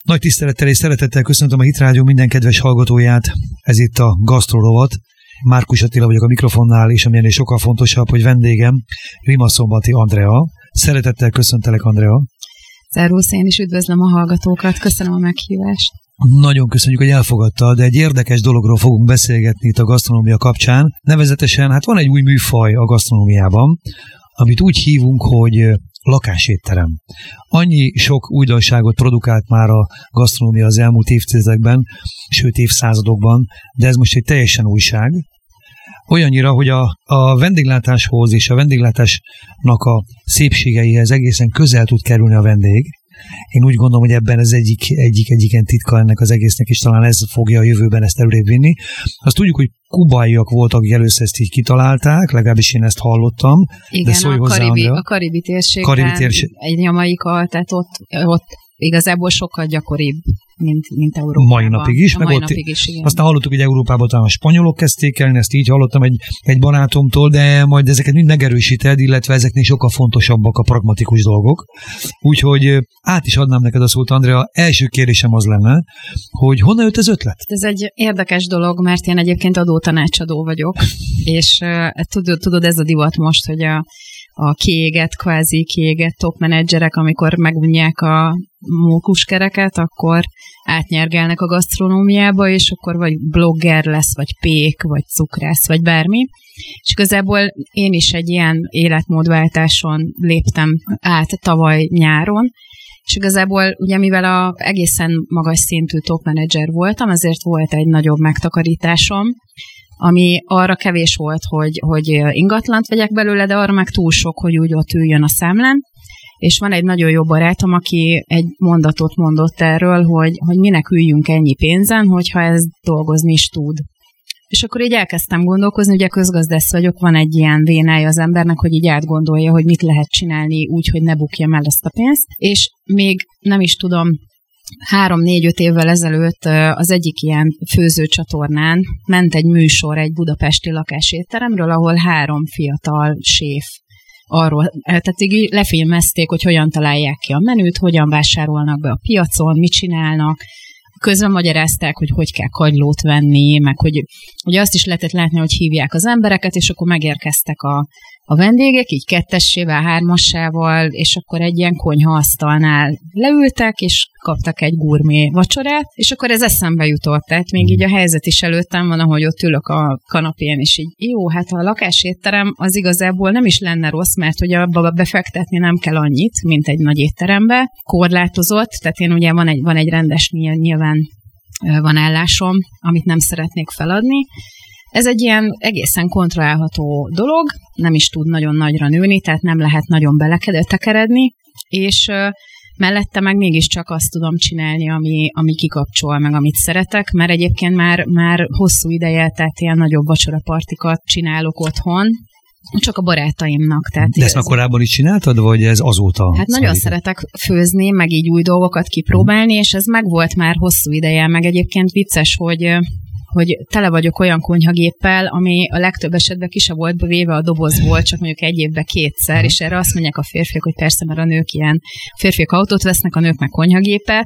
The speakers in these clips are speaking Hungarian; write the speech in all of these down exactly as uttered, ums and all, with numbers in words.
Nagy tisztelettel és szeretettel köszöntöm a Hit Rádió minden kedves hallgatóját. Ez itt a Gasztrorovat. Márkus Attila vagyok a mikrofonnál, és amilyen sokkal fontosabb, hogy vendégem Rimaszombati Andrea. Szeretettel köszöntelek, Andrea. Szervusz, én is üdvözlöm a hallgatókat, köszönöm a meghívást. Nagyon köszönjük, hogy elfogadtad, de egy érdekes dologról fogunk beszélgetni itt a gasztronómia kapcsán. Nevezetesen, hát van egy új műfaj a gasztronómiában, amit úgy hívunk, hogy lakásétterem. Annyi sok újdonságot produkált már a gasztronómia az elmúlt évtizedekben, sőt évszázadokban, de ez most egy teljesen újság. Olyannyira, hogy a, a vendéglátáshoz és a vendéglátásnak a szépségeihez egészen közel tud kerülni a vendég. Én úgy gondolom, hogy ebben ez egyik, egyik, egyiken titka ennek az egésznek, és talán ez fogja a jövőben ezt előrébb vinni. Azt tudjuk, hogy kubaiak voltak, akik először ezt így kitalálták, legalábbis én ezt hallottam. Igen, de szólj a, hozzá, karibi, Andrea. a karibi térségben, Karibi térség. egy Jamaika, tehát ott, ott igazából sokkal gyakoribb, mint, mint Európában. Mai napig is. A meg mai ott, napig is, igen. Aztán hallottuk, hogy Európában talán a spanyolok kezdték el, ezt így hallottam egy, egy barátomtól, de majd ezeket mind megerősíted, illetve ezeknél sokkal fontosabbak a pragmatikus dolgok. Úgyhogy át is adnám neked a szót, Andrea. Első kérdésem az lenne, hogy honnan jött az ötlet? Ez egy érdekes dolog, mert én egyébként adótanácsadó vagyok, és uh, tudod, tudod, ez a divat most, hogy a a kiégett, kvázi kiégett top menedzserek, amikor megunják a mókuskereket, akkor átnyergelnek a gasztronómiába, és akkor vagy blogger lesz, vagy pék, vagy cukrász, vagy bármi. És igazából én is egy ilyen életmódváltáson léptem át tavaly nyáron, és igazából ugye mivel a egészen magas szintű top menedzser voltam, ezért volt egy nagyobb megtakarításom, ami arra kevés volt, hogy, hogy ingatlant vegyek belőle, de arra meg túl sok, hogy úgy ott üljön a számlán. És van egy nagyon jó barátom, aki egy mondatot mondott erről, hogy, hogy minek üljünk ennyi pénzen, hogyha ez dolgozni is tud. És akkor így elkezdtem gondolkozni, ugye közgazdász vagyok, van egy ilyen vénája az embernek, hogy így átgondolja, hogy mit lehet csinálni úgy, hogy ne bukjam el ezt a pénzt. És még nem is tudom, három-négy-öt évvel ezelőtt az egyik ilyen főzőcsatornán ment egy műsor egy budapesti lakásétteremről, ahol három fiatal séf arról, tehát így lefilmezték, hogy hogyan találják ki a menüt, hogyan vásárolnak be a piacon, mit csinálnak. Közben magyarázták, hogy hogy kell kagylót venni, meg hogy ugye azt is lehetett látni, hogy hívják az embereket, és akkor megérkeztek a, a vendégek, így kettessével, hármassával, és akkor egy ilyen konyhaasztalnál leültek, és kaptak egy gurmé vacsorát, és akkor ez eszembe jutott, tehát még így a helyzet is előttem van, ahogy ott ülök a kanapén, és így jó, hát a lakásétterem az igazából nem is lenne rossz, mert ugye abba befektetni nem kell annyit, mint egy nagy étterembe, korlátozott, tehát én ugye van egy, van egy rendes nyilván van állásom, amit nem szeretnék feladni. Ez egy ilyen egészen kontrollálható dolog, nem is tud nagyon nagyra nőni, tehát nem lehet nagyon beletekeredni, és uh, mellette meg mégiscsak azt tudom csinálni, ami, ami kikapcsol, meg amit szeretek, mert egyébként már, már hosszú ideje, tehát ilyen nagyobb vacsorapartikat csinálok otthon, csak a barátaimnak. Tehát de ezt már korábban is csináltad, vagy ez azóta? Hát nagyon szeretek főzni, meg így új dolgokat kipróbálni, és ez megvolt már hosszú ideje, meg egyébként vicces, hogy hogy tele vagyok olyan konyhagéppel, ami a legtöbb esetben ki se volt véve a dobozból, csak mondjuk egy évben kétszer, és erre azt mondják a férfiak, hogy persze, mert a nők ilyen, a férfiak autót vesznek, a nők meg konyhagépet,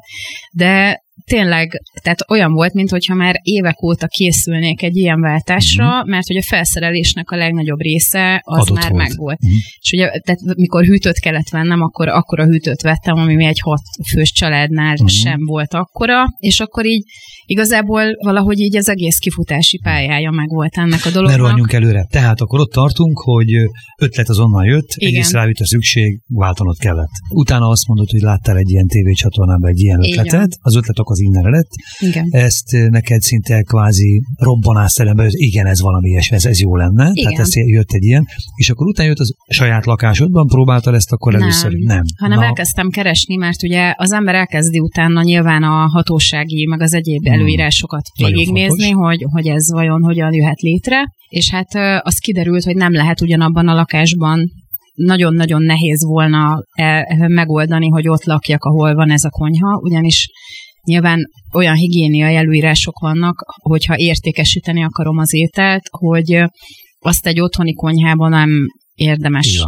de tényleg, tehát olyan volt, mintha már évek óta készülnék egy ilyen váltásra, uh-huh. mert hogy a felszerelésnek a legnagyobb része az adott már volt. Megvolt. Uh-huh. És ugye, tehát mikor hűtőt kellett vennem, akkor akkora hűtőt vettem, ami egy hat fős családnál uh-huh. sem volt akkora, és akkor így igazából valahogy így az egész kifutási pályája megvolt ennek a dolognak. Ne rohanjunk előre. Tehát akkor ott tartunk, hogy ötlet azonnal jött, egész rájött a szükség, váltanod kellett. Utána azt mondod, hogy láttál egy ilyen tévécsatornában egy ilyen ötletet, az ötlet az innen lett. Igen. Ezt neked szinte kvázi robbanásszerűen, hogy igen, ez valami ilyesmi, ez, ez jó lenne. Igen. Tehát ez jött egy ilyen. És akkor utána jött az saját lakásodban, próbáltad ezt akkor először? Nem. Nem. Hanem Na. elkezdtem keresni, mert ugye az ember elkezdi utána nyilván a hatósági, meg az egyéb előírásokat végignézni, hogy, hogy ez vajon hogyan jöhet létre. És hát az kiderült, hogy nem lehet ugyanabban a lakásban nagyon-nagyon nehéz volna megoldani, hogy ott lakjak, ahol van ez a konyha, ugyanis nyilván olyan higiéniai előírások vannak, hogyha értékesíteni akarom az ételt, hogy azt egy otthoni konyhában nem érdemes Igen.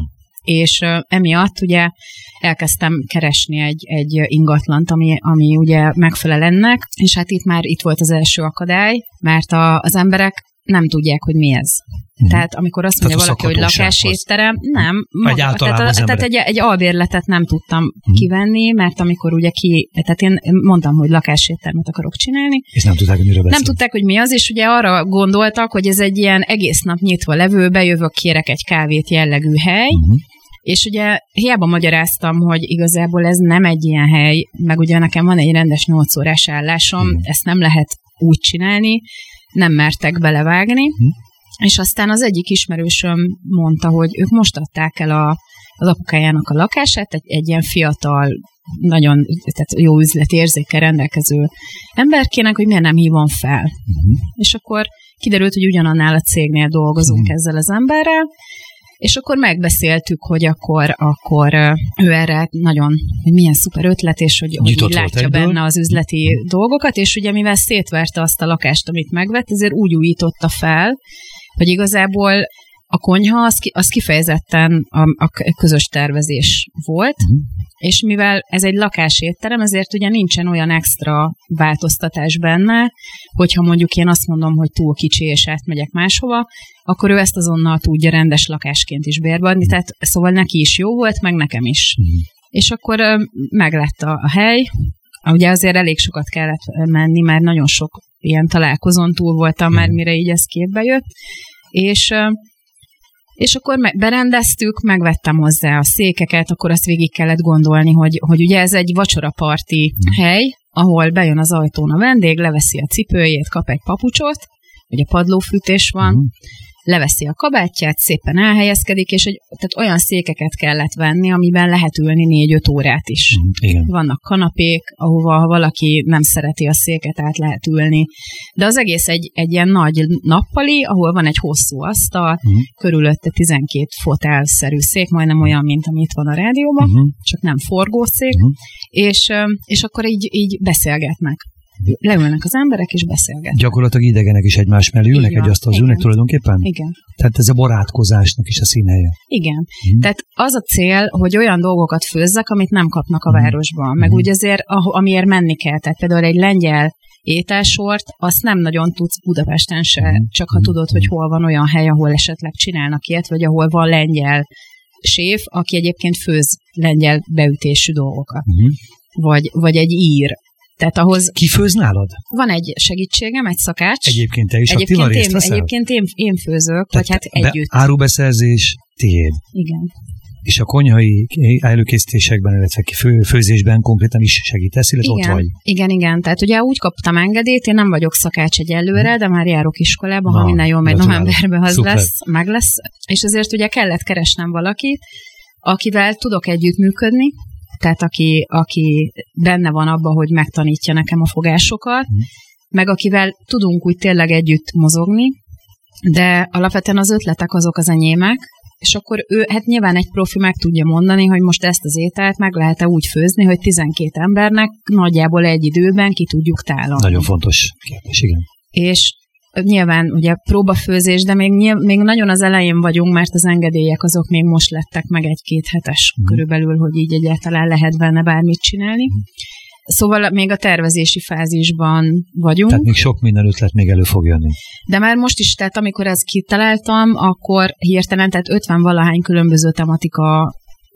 és uh, emiatt ugye elkezdtem keresni egy, egy ingatlant, ami, ami ugye megfelel ennek, és hát itt már itt volt az első akadály, mert a, az emberek nem tudják, hogy mi ez. Hmm. Tehát amikor azt mondja valaki, hogy lakásétterem, nem. Maga, tehát a, tehát egy, egy albérletet nem tudtam hmm. kivenni, mert amikor ugye ki, tehát én mondtam, hogy lakáséttermet akarok csinálni. És nem tudták, hogy miről beszél. Nem tudták, hogy mi az, és ugye arra gondoltak, hogy ez egy ilyen egész nap nyitva levő, bejövök, kérek egy kávét jellegű hely, hmm. és ugye hiába magyaráztam, hogy igazából ez nem egy ilyen hely, meg ugye nekem van egy rendes nyolc órás állásom, hmm. ezt nem lehet úgy csinálni, nem mertek belevágni, hmm. és aztán az egyik ismerősöm mondta, hogy ők most adták el a, az apukájának a lakását, egy, egy ilyen fiatal, nagyon tehát jó üzleti érzékkel rendelkező emberkének, hogy miért nem hívom fel. Hmm. És akkor kiderült, hogy ugyanannál a cégnél dolgozunk hmm. ezzel az emberrel, és akkor megbeszéltük, hogy akkor, akkor ő erre nagyon, hogy milyen szuper ötlet, és hogy, hogy úgy látja benne az üzleti dolgokat, és ugye mivel szétverte azt a lakást, amit megvett, ezért úgy újította fel, hogy igazából a konyha az, ki, az kifejezetten a, a közös tervezés volt, mm. és mivel ez egy lakásétterem, ezért ugye nincsen olyan extra változtatás benne, hogyha mondjuk én azt mondom, hogy túl kicsi és átmegyek máshova, akkor ő ezt azonnal tudja rendes lakásként is bérbe adni, tehát szóval neki is jó volt, meg nekem is. Mm. És akkor meglett a, a hely, ugye azért elég sokat kellett menni, mert nagyon sok ilyen találkozón túl voltam mm. már, mire így ez képbe jött, és És akkor berendeztük, megvettem hozzá a székeket, akkor azt végig kellett gondolni, hogy, hogy ugye ez egy vacsoraparti mm. hely, ahol bejön az ajtón a vendég, leveszi a cipőjét, kap egy papucsot, ugye padlófűtés van, mm. leveszi a kabátját, szépen elhelyezkedik, és egy, tehát olyan székeket kellett venni, amiben lehet ülni négy-öt órát is. Mm, igen. Vannak kanapék, ahova ha valaki nem szereti a széket, át lehet ülni. De az egész egy, egy ilyen nagy nappali, ahol van egy hosszú asztal, mm. körülötte tizenkét fotelszerű szék, majdnem olyan, mint amit van a rádióban, mm. csak nem forgószék, mm. és, és akkor így, így beszélgetnek. Leülnek az emberek, és beszélgetnek. Gyakorlatilag idegenek is egymás mellé ülnek, egy asztalhoz ülnek tulajdonképpen? Igen. Tehát ez a barátkozásnak is a színhelye. Igen. Hmm. Tehát az a cél, hogy olyan dolgokat főzzek, amit nem kapnak a városban. Meg hmm. úgy azért, amiért menni kell. Tehát például egy lengyel ételsort, azt nem nagyon tudsz Budapesten se, hmm. csak ha tudod, hogy hol van olyan hely, ahol esetleg csinálnak ilyet, vagy ahol van lengyel séf, aki egyébként főz lengyel beütésű dolgokat. Hmm. Vagy, vagy egy ír. Tehát ahhoz ki főz nálad? Van egy segítségem, egy szakács. Egyébként te is aktívan részt veszel? Egyébként én, én főzök, tehát vagy hát együtt. Árubeszerzés tiéd. Igen. És a konyhai előkészítésekben, illetve fő, főzésben konkrétan is segítesz, illetve igen, ott vagy? Igen, igen. Tehát ugye úgy kaptam engedélyt, én nem vagyok szakács egyelőre, hmm. de már járok iskolába, ha minden jól megy, novemberben az Szuper. lesz, meg lesz. És azért ugye kellett keresnem valakit, akivel tudok együttműködni, tehát aki, aki benne van abban, hogy megtanítja nekem a fogásokat, mm. meg akivel tudunk úgy tényleg együtt mozogni, de alapvetően az ötletek azok az enyémek, és akkor ő, hát nyilván egy profi meg tudja mondani, hogy most ezt az ételt meg lehet-e úgy főzni, hogy tizenkét embernek nagyjából egy időben ki tudjuk tálalni. Nagyon fontos kérdés, igen. És nyilván ugye próbafőzés, de még, nyilv, még nagyon az elején vagyunk, mert az engedélyek azok még most lettek meg egy-két hetes mm. körülbelül, hogy így egyáltalán lehet benne bármit csinálni. Mm. Szóval még a tervezési fázisban vagyunk. Tehát még sok minden ötlet még elő fog jönni. De már most is, tehát amikor ezt kitaláltam, akkor hirtelen, tehát ötven valahány különböző tematika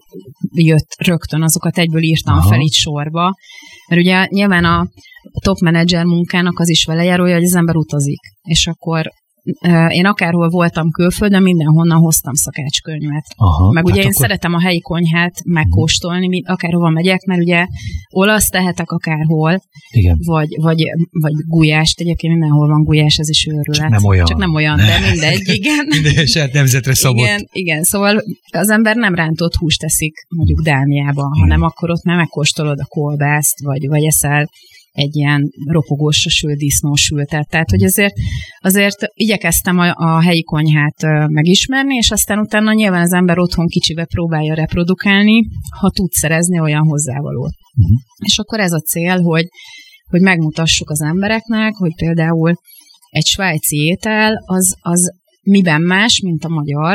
jött rögtön, azokat egyből írtam Aha. fel így sorba. Mert ugye nyilván a top menedzser munkának az is vele járója, hogy az ember utazik. És akkor én akárhol voltam külföldön, mindenhonnan hoztam szakácskönyvet. Aha, meg ugye hát én akkor... szeretem a helyi konyhát megkóstolni, akárhova megyek, mert ugye olasz tehetek akárhol, igen. Vagy, vagy, vagy gulyást, egyébként mindenhol van gulyás, ez is őrület. Csak nem olyan. Csak nem olyan, de mindegy, igen. Minden saját nemzetre szabott. Igen, igen, szóval az ember nem rántott húst teszik mondjuk Dániában, hmm. hanem akkor ott már megkóstolod a kolbászt, vagy, vagy eszel egy ilyen ropogósra sült, disznósültet. Tehát, hogy azért, azért igyekeztem a, a helyi konyhát megismerni, és aztán utána nyilván az ember otthon kicsibe próbálja reprodukálni, ha tud szerezni olyan hozzávalót. Uh-huh. És akkor ez a cél, hogy, hogy megmutassuk az embereknek, hogy például egy svájci étel az, az miben más, mint a magyar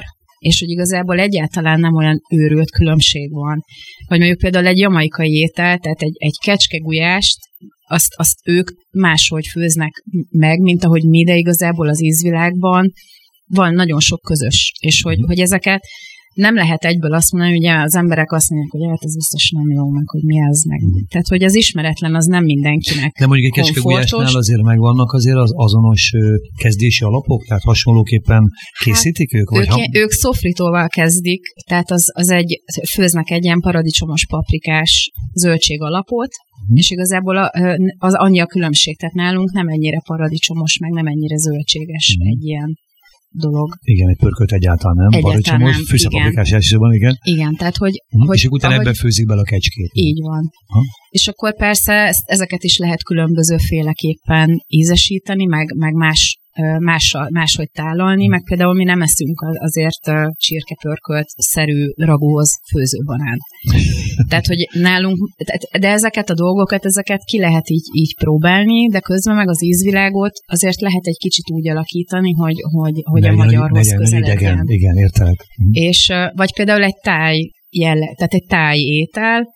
és hogy igazából egyáltalán nem olyan őrült különbség van. Vagy mondjuk például egy jamaikai étel, tehát egy, egy kecskegulyást, azt, azt ők máshogy főznek meg, mint ahogy mi, de igazából az ízvilágban van nagyon sok közös. És hogy, hogy ezeket nem lehet egyből azt mondani, hogy ugye az emberek azt mondják, hogy hát ez biztos nem jó, meg hogy mi ez, meg. Tehát, hogy az ismeretlen az nem mindenkinek. De mondjuk egy kecskegulyásnál azért megvannak azért az azonos kezdési alapok, tehát hasonlóképpen készítik hát, ők? Vagy ők, ha... ők szofritóval kezdik, tehát az, az egy, főznek egy ilyen paradicsomos paprikás zöldség alapot, hmm. és igazából az annyi a különbség, tehát nálunk nem ennyire paradicsomos, meg nem ennyire zöldséges hmm. egy ilyen dolog. Igen, egy pörkölt egyáltalán nem. Egyáltalán nem. Fűszerpaprikás elsősorban, igen. Igen, tehát hogy... Uh-huh. hogy és utána ahogy, ebben főzik bele a kecskét. Így van. Ha? És akkor persze ezt, ezeket is lehet különbözőféleképpen ízesíteni, meg, meg más, más, máshogy tálalni, meg például mi nem eszünk azért csirkepörkölt-szerű ragúhoz főzőbanánt. Tehát, hogy nálunk, de ezeket a dolgokat, ezeket ki lehet így, így próbálni, de közben meg az ízvilágot azért lehet egy kicsit úgy alakítani, hogy, hogy, hogy a magyarhoz közeledjen. Igen, értelek. És vagy például egy táj jelle, tehát egy táj étel,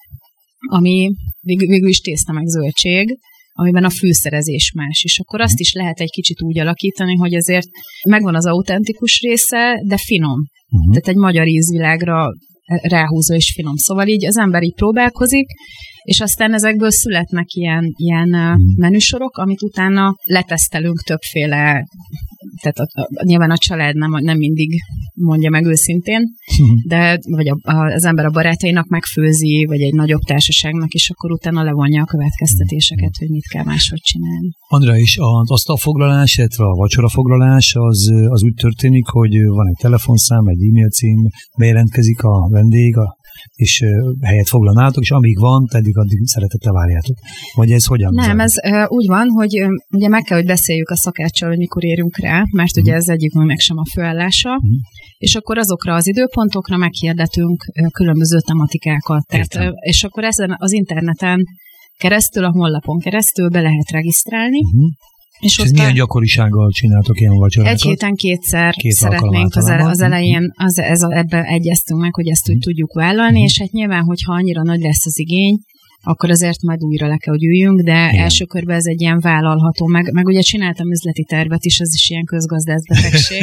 ami végül, végül is tészta meg zöldség, amiben a fűszerezés más, és akkor azt is lehet egy kicsit úgy alakítani, hogy azért megvan az autentikus része, de finom. Uh-huh. Tehát egy magyar ízvilágra ráhúzó és finom. Szóval így az ember így próbálkozik, és aztán ezekből születnek ilyen, ilyen uh-huh. menüsorok, amit utána letesztelünk többféle, tehát a, a, nyilván a család nem, nem mindig mondja meg őszintén, uh-huh. de vagy a, a, az ember a barátainak megfőzi, vagy egy nagyobb társaságnak, és akkor utána levonja a következtetéseket, hogy mit kell máshogy csinálni. Andrea, és az asztalfoglalás, illetve a vacsorafoglalás az, az úgy történik, hogy van egy telefonszám, egy e-mail cím, bejelentkezik a vendég, a és helyet foglalnátok, és amíg van, teddig addig szeretettel várjátok. Vagy ez hogyan? Nem, zárul? ez uh, úgy van, hogy uh, ugye meg kell, hogy beszéljük a szakáccsal, hogy mikor érünk rá, mert uh-huh. ugye ez egyik meg sem a főállása, uh-huh. és akkor azokra az időpontokra meghirdetünk uh, különböző tematikákat. Tehát, uh, és akkor ezen az interneten keresztül, a honlapon keresztül be lehet regisztrálni, uh-huh. És, és ez milyen gyakorisággal csináltok ilyen vacsorákat? Egy héten kétszer Két szeretnénk az, ele, az elején, az, ez a, ebben egyeztünk meg, hogy ezt úgy tudjuk vállalni, mm. és hát nyilván, hogyha annyira nagy lesz az igény, akkor azért majd újra le kell, hogy üljünk, de igen. első körben ez egy ilyen vállalható, meg, meg ugye csináltam üzleti tervet is, az is ilyen közgazdászbetegség,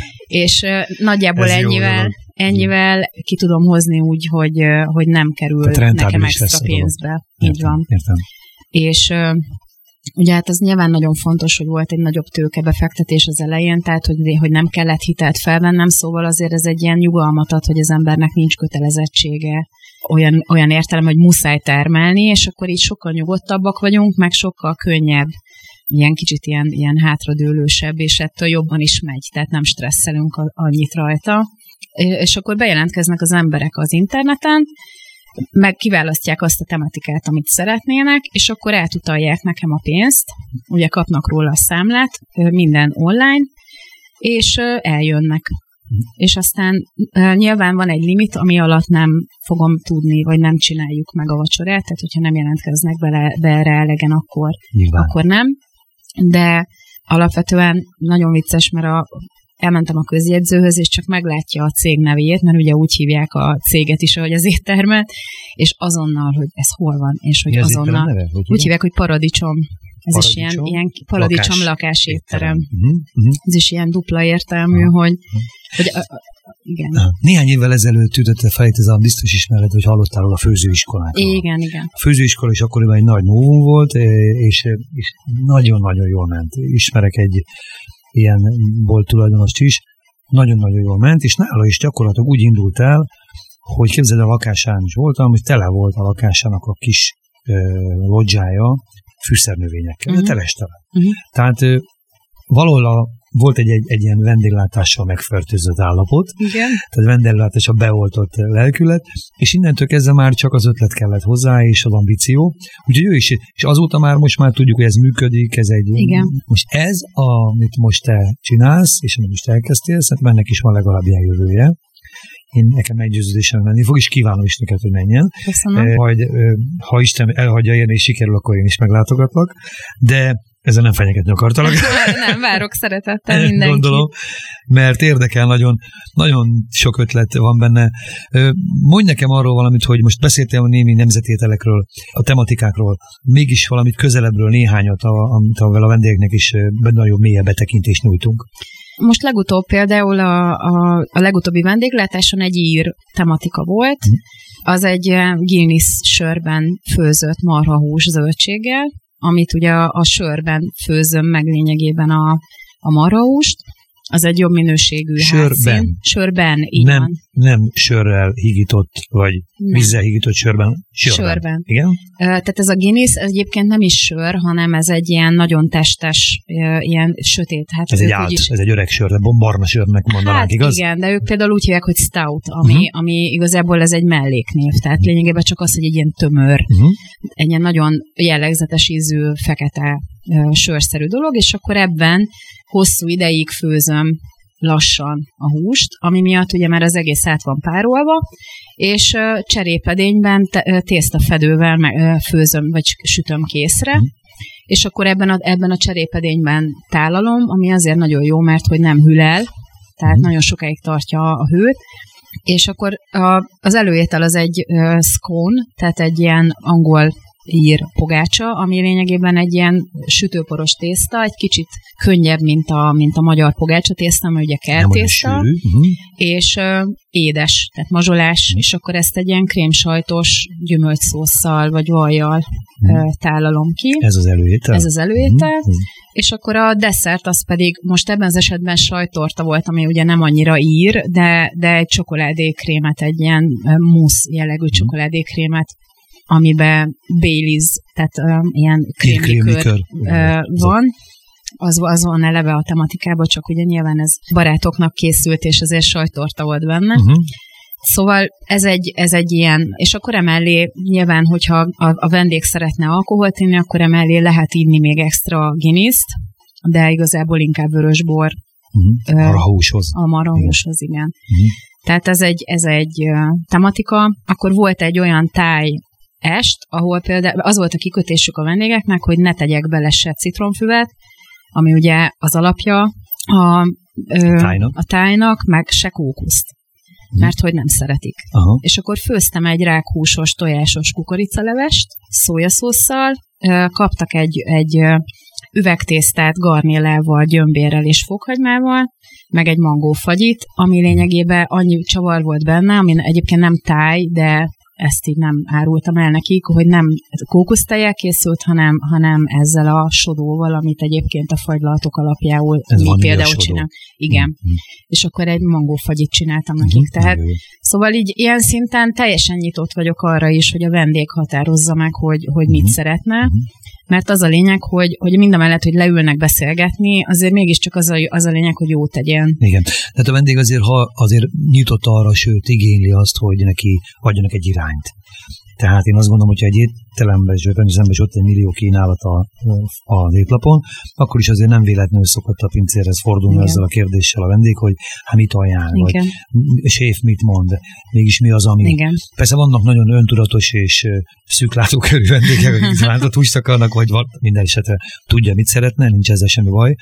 és uh, nagyjából ennyivel, ennyivel ki tudom hozni úgy, hogy, uh, hogy nem kerül nekem extra pénzbe. Így értem, van. Értem. És uh, ugye hát az nyilván nagyon fontos, hogy volt egy nagyobb tőkebefektetés az elején, tehát hogy, hogy nem kellett hitelt felvennem, szóval azért ez egy ilyen nyugalmat ad, hogy az embernek nincs kötelezettsége olyan, olyan értelem, hogy muszáj termelni, és akkor így sokkal nyugodtabbak vagyunk, meg sokkal könnyebb, ilyen kicsit ilyen, ilyen hátradőlősebb, és ettől jobban is megy, tehát nem stresszelünk annyit rajta. És akkor bejelentkeznek az emberek az interneten, meg kiválasztják azt a tematikát, amit szeretnének, és akkor átutalják nekem a pénzt, ugye kapnak róla a számlát, minden online, és eljönnek. És aztán nyilván van egy limit, ami alatt nem fogom tudni, vagy nem csináljuk meg a vacsorát, tehát hogyha nem jelentkeznek bele, be erre elegen, akkor, akkor nem. De alapvetően nagyon vicces, mert a elmentem a közjegyzőhöz, és csak meglátja a cég nevét, mert ugye úgy hívják a céget is, ahogy az éttermet, és azonnal, hogy ez hol van, és hogy azonnal. Neve, hogy úgy hívják, hogy paradicsom. Ez paradicsom, is ilyen, ilyen paradicsom lakás, lakásétterem. Uh-huh, uh-huh. Ez is ilyen dupla értelmű, uh-huh. hogy, hogy a, a, igen. Néhány évvel ezelőtt ütötte fel, ez a biztos ismered, hogy hallottál róla a főzőiskolákról. Igen, igen. A főzőiskola is akkoriban egy nagy novum volt, és, és nagyon-nagyon jól ment. Ismerek egy ilyen bolt tulajdonost is, nagyon-nagyon jól ment, és nála is gyakorlatilag úgy indult el, hogy képzeld, a lakásán is voltam, hogy tele volt a lakásának a kis ö, lodzsája fűszernövényekkel, uh-huh. de telestele. Uh-huh. Tehát ö, valahol a, volt egy, egy, egy ilyen vendéglátással megfertőzött állapot, igen. tehát vendéglátással beoltott lelkület, és innentől kezdve már csak az ötlet kellett hozzá, és az ambíció. Úgyhogy ő is, és azóta már most már tudjuk, hogy ez működik, ez egy... Igen. Most ez, amit most te csinálsz, és amit most elkezdtél, szerintem ennek is van legalább ilyen jövője. Én nekem meggyőződésem menni fog, és kívánom is neked, hogy menjen. Köszönöm. Majd, ha Isten elhagyja érni, és sikerül, akkor én is meglátogatlak. De Ezzel nem fenyegetni akartalak. Nem, várok szeretettel mindenkit. Gondolom, mert érdekel, nagyon, nagyon sok ötlet van benne. Mondj nekem arról valamit, hogy most beszéltél a némi nemzetételekről, a tematikákról, mégis valamit közelebbről, néhányat, amit a, a vendégeknek is nagyobb, mélyebb betekintést nyújtunk. Most legutóbb például a, a, a legutóbbi vendéglátáson egy ír tematika volt, hm. Az egy Guinness sörben főzött marhahús zöldséggel, amit ugye a, a sörben főzöm meg lényegében a, a marhahúst. Az egy jobb minőségű sörben. hátszín. Sörben, így nem, van. Nem sörrel higított, vagy nem. Vízzel higított sörben. Sörben. sörben. Igen? Tehát ez a Guinness ez egyébként nem is sör, hanem ez egy ilyen nagyon testes, ilyen sötét. Hát ez egy át, is... ez egy öreg sör, de barna sörnek mondanánk, hát igaz? Igen, de ők például úgy hívják, hogy stout, ami, uh-huh. ami igazából ez egy melléknév. Tehát lényegében csak az, hogy egy ilyen tömör, uh-huh. egy ilyen nagyon jellegzetes ízű, fekete sörszerű dolog, és akkor ebben hosszú ideig főzöm lassan a húst, ami miatt ugye már az egész át van párolva, és cserépedényben tésztafedővel főzöm, vagy sütöm készre, mm. és akkor ebben a, ebben a cserépedényben tálalom, ami azért nagyon jó, mert hogy nem hűl el, tehát mm. nagyon sokáig tartja a hőt, és akkor a, az előétel az egy uh, scone, tehát egy ilyen angol ír pogácsa, ami lényegében egy ilyen sütőporos tészta, egy kicsit könnyebb, mint a, mint a magyar pogácsa tészta, mert ugye kell tészta, uh-huh. és uh, édes, tehát mazsolás, uh-huh. és akkor ezt egy ilyen krémsajtos gyümölcsszósszal vagy vajjal uh-huh. uh, tálalom ki. Ez az előétel? Ez az előétel, uh-huh. és akkor a desszert az pedig most ebben az esetben sajttorta volt, ami ugye nem annyira ír, de, de egy csokoládékrémet, egy ilyen uh, mousse jellegű uh-huh. csokoládékrémet, amiben Baileys, tehát um, ilyen krémlikör uh, van. Az, az van eleve a tematikában, csak ugye nyilván ez barátoknak készült, és azért sajttorta volt benne. Uh-huh. Szóval ez egy, ez egy ilyen, és akkor emellé nyilván, hogyha a, a vendég szeretne alkoholt inni, akkor emellé lehet inni még extra Guinness-t, de igazából inkább vörösbor. Uh-huh. Uh, marhahúshoz. A marhahúshoz, igen. igen. Uh-huh. Tehát ez egy, ez egy uh, tematika. Akkor volt egy olyan táj est, ahol például az volt a kikötésük a vendégeknek, hogy ne tegyek bele se citromfüvet, ami ugye az alapja a, ö, tájnak. a tájnak, meg se kókuszt, mert hogy nem szeretik. Aha. És akkor főztem egy rákhúsos, tojásos kukoricalevest, szójaszósszal, kaptak egy, egy üvegtésztát garnélával, gyömbérrel és fokhagymával, meg egy mangófagyit, ami lényegében annyi csavar volt benne, ami egyébként nem táj, de ezt így nem árultam el nekik, hogy nem kókusztejjel készült, hanem, hanem ezzel a sodóval, amit egyébként a fagylaltok alapjául mi például csinálunk. Igen. Mm-hmm. És akkor egy mangófagyit csináltam nekik. Mm-hmm. Tehát, szóval így ilyen szinten teljesen nyitott vagyok arra is, hogy a vendég határozza meg, hogy, hogy mit mm-hmm. szeretne. Mm-hmm. Mert az a lényeg, hogy, hogy mindamellett, hogy leülnek beszélgetni, azért mégiscsak az a, az a lényeg, hogy jót tegyen. Igen. Tehát a vendég azért, ha azért nyitott arra, sőt igényli azt, hogy neki adjanak egy irányt. Tehát én azt gondolom, hogyha egy étteremben és rendszerben is ott egy millió kínálat a, az étlapon, akkor is azért nem véletlenül szokott a pincérhez fordulni ezzel a kérdéssel a vendég, hogy hát mit ajánl, igen. vagy séf mit mond, mégis mi az, ami... Igen. Persze vannak nagyon öntudatos és szűklátókörű vendégek, akik rántott húst akarnak, vagy minden esetre tudja, mit szeretne, nincs ezzel semmi baj.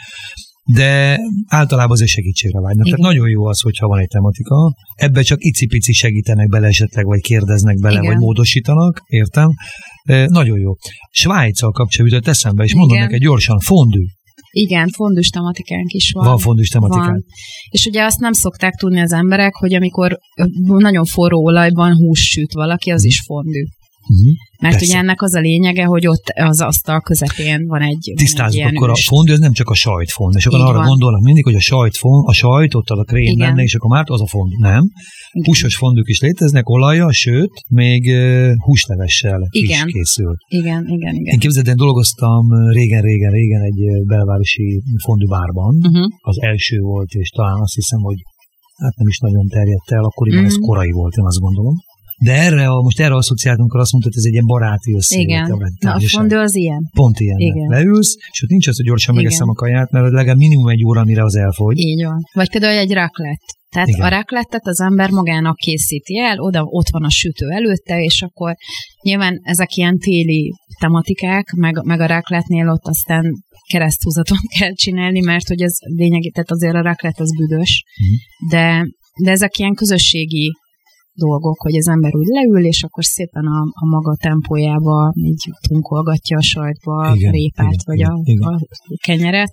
De általában azért segítségre vágynak. Igen. Tehát nagyon jó az, hogyha van egy tematika. Ebbe csak icipici segítenek bele esetleg, vagy kérdeznek bele, igen. vagy módosítanak, értem. E, nagyon jó. Svájccal kapcsolatban jutott eszembe, és mondom neked gyorsan, fondű. Igen, fondűs tematikánk is van. Van fondűs tematikánk. Van. És ugye azt nem szokták tudni az emberek, hogy amikor nagyon forró olajban hús süt valaki, az is fondű. Uh-huh. Mert persze. Ugye ennek az a lényege, hogy ott az asztal közepén van egy tisztázzuk, akkor a fondű, ez nem csak a sajtfond. És akkor arra van. Gondolnak mindig, hogy a sajtfond, a sajt, ott a krém lenne, és akkor már az a fondű. Nem. Igen. Húsos fondűk is léteznek, olajjal, sőt, még uh, húslevessel igen. is készül. Igen, igen, igen. Én képzeld, én dolgoztam régen-régen-régen egy belvárosi fondűbárban. Uh-huh. Az első volt, és talán azt hiszem, hogy hát nem is nagyon terjedt el, akkoriban uh-huh. ez korai volt, én azt gondolom. De erre, a, most erre asszociáltunk, akkor azt mondtad, hogy ez egy ilyen baráti összejövet. Igen, na a fondő az ilyen. Pont ilyen. Igen. Leülsz, és ott nincs az, hogy gyorsan megeszem a kaját, mert legalább minimum egy óra, mire az elfogy. Így van. Vagy például egy raclette. Tehát igen. A raclettet az ember magának készíti el, oda ott van a sütő előtte, és akkor nyilván ezek ilyen téli tematikák, meg, meg a racletnél ott aztán kereszthúzaton kell csinálni, mert hogy ez lényegi, tehát azért a raclette az büdös, uh-huh. de, de ezek ilyen közösségi dolgok, hogy az ember úgy leül, és akkor szépen a, a maga tempójába így tunkolgatja a sajtba igen, a répát, igen, vagy igen, a, igen. a kenyeret.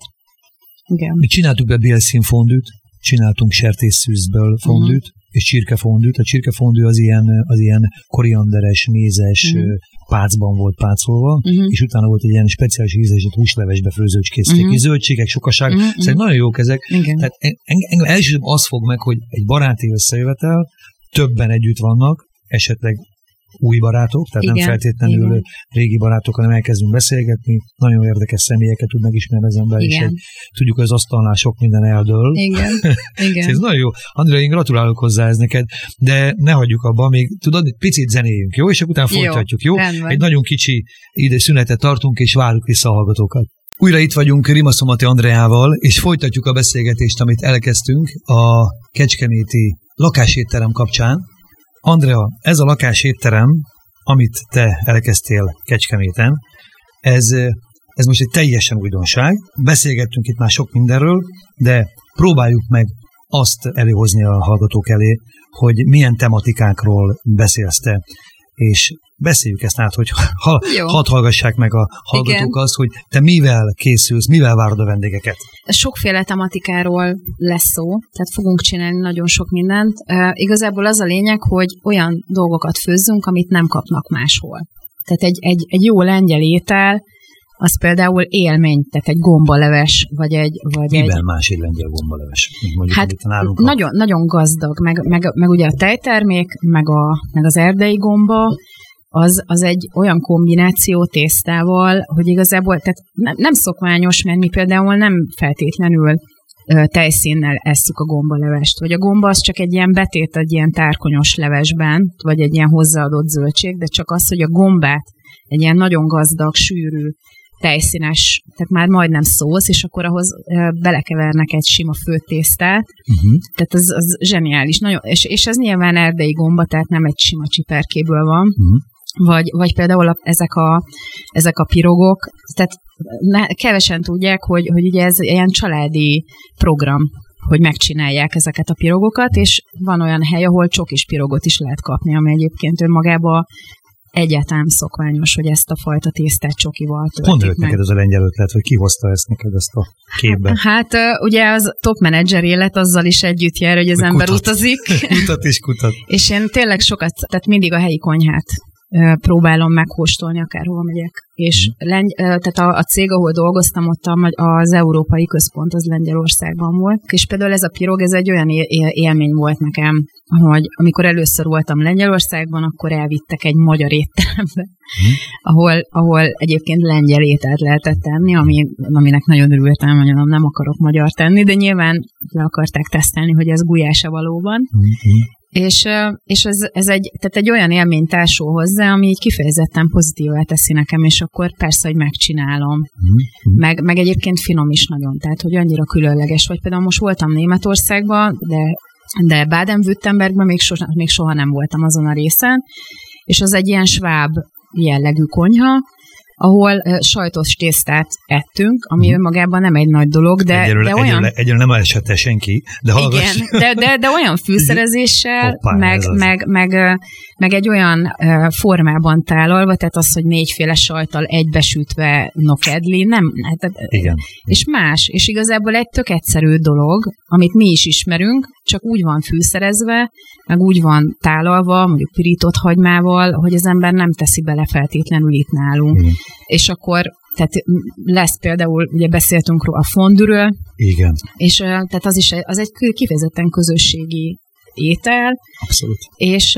Igen. Mi csináltuk be bélszínfondűt, csináltunk sertésszűzből fondűt, uh-huh. és csirkefondűt. A csirkefondű az ilyen, az ilyen korianderes, mézes uh-huh. pácban volt pácolva, uh-huh. és utána volt egy ilyen speciális ízesített húslevesbe főzőcskézték. Uh-huh. Zöldségek, sokaság, uh-huh. szerintem nagyon jók ezek. Igen. Tehát engem elsősorban az fog meg, hogy egy baráti összejövetel, többen együtt vannak, esetleg új barátok, tehát igen, nem feltétlenül igen. régi barátok, hanem elkezdünk beszélgetni, nagyon érdekes személyeket tud megismerni az ember, igen. és egy, tudjuk, hogy az asztalnál sok minden eldől. Igen, igen. Ez nagyon jó. Andrea, én gratulálok hozzá ez neked, de ne hagyjuk abba, még tudod, egy picit zenéljünk, jó? És akkor utána folytatjuk, jó? jó? Egy nagyon kicsi ide szünetet tartunk, és várjuk vissza a hallgatókat. Újra itt vagyunk Rimaszomati Andreával, és folytatjuk a beszélgetést, amit elkezdtünk a kecskeméti lakásétterem kapcsán. Andrea, ez a lakásétterem, amit te elkezdtél Kecskeméten, ez, ez most egy teljesen újdonság. Beszélgettünk itt már sok mindenről, de próbáljuk meg azt előhozni a hallgatók elé, hogy milyen tematikákról beszélsz te, és beszéljük ezt át, hogy ha, hadd hallgassák meg a hallgatók igen. azt, hogy te mivel készülsz, mivel várod a vendégeket. Sokféle tematikáról lesz szó, tehát fogunk csinálni nagyon sok mindent. Uh, igazából az a lényeg, hogy olyan dolgokat főzzünk, amit nem kapnak máshol. Tehát egy, egy, egy jó lengyel étel, az például élmény, tehát egy gombaleves, vagy egy... Vagy miben egy... más egy lengyel gombaleves? Mondjuk, hát nagyon, nagyon gazdag, meg, meg, meg ugye a tejtermék, meg, a, meg az erdei gomba, az, az egy olyan kombináció tésztával, hogy igazából tehát nem, nem szokványos, mert mi például nem feltétlenül ö, tejszínnel esszük a gombalevest, vagy a gomba az csak egy ilyen betét egy ilyen tárkonyos levesben, vagy egy ilyen hozzáadott zöldség, de csak az, hogy a gombát egy ilyen nagyon gazdag, sűrű, tejszínes, tehát már majdnem szósz, és akkor ahhoz ö, belekevernek egy sima főtésztát, uh-huh. tehát az, az zseniális. Nagyon, és, és ez nyilván erdei gomba, tehát nem egy sima csiperkéből van. Uh-huh. Vagy, vagy például a, ezek, a, ezek a pirogok, tehát ne, kevesen tudják, hogy, hogy ugye ez ilyen családi program, hogy megcsinálják ezeket a pirogokat, és van olyan hely, ahol csokis pirogot is lehet kapni, ami egyébként önmagában egyáltalán szokványos, hogy ezt a fajta tésztát csokival töltik meg. Honnan jött neked ez a lengyel ötlet, vagy ki hozta ezt neked, ezt a képbe? Hát ugye az top menedzser élet azzal is együtt jár, hogy az hogy ember kutat. utazik. Kutat és kutat. És én tényleg sokat, tehát mindig a helyi konyhát próbálom megkóstolni, akárhova megyek. És mm. lengy- tehát a, a cég, ahol dolgoztam, ott az európai központ, az Lengyelországban volt. És például ez a pirog, ez egy olyan él- élmény volt nekem, hogy amikor először voltam Lengyelországban, akkor elvittek egy magyar étterembe, mm. ahol, ahol egyébként lengyel ételt lehetett tenni, ami, aminek nagyon örültem, hogy nem akarok magyar tenni, de nyilván le akarták tesztelni, hogy ez gulyás-e valóban. Mm. És, és ez, ez egy, tehát egy olyan élmény társul hozzá, ami így kifejezetten pozitívvá teszi nekem, és akkor persze, hogy megcsinálom. Mm-hmm. Meg, meg egyébként finom is nagyon, tehát hogy annyira különleges. Vagy például most voltam Németországban, de, de Baden-Württembergben még soha, még soha nem voltam azon a részen, és az egy ilyen sváb jellegű konyha, ahol uh, sajtos tésztát ettünk, ami hmm. önmagában nem egy nagy dolog, de, egyelőre, de olyan... Egyelőre, egyelőre nem esette senki, de hallgass. Igen, de, de, de olyan fűszerezéssel, Hoppá, meg, meg, meg, meg egy olyan uh, formában tálalva, tehát az, hogy négyféle sajttal egybesütve nokedli, nem... Hát, igen. És más, és igazából egy tök egyszerű dolog, amit mi is ismerünk, csak úgy van fűszerezve, meg úgy van tálalva, mondjuk pirított hagymával, hogy az ember nem teszi bele feltétlenül itt nálunk. Igen. És akkor, tehát lesz például, ugye beszéltünk róla a fondűről. Igen. És tehát az is az egy kifejezetten közösségi étel. Abszolút. És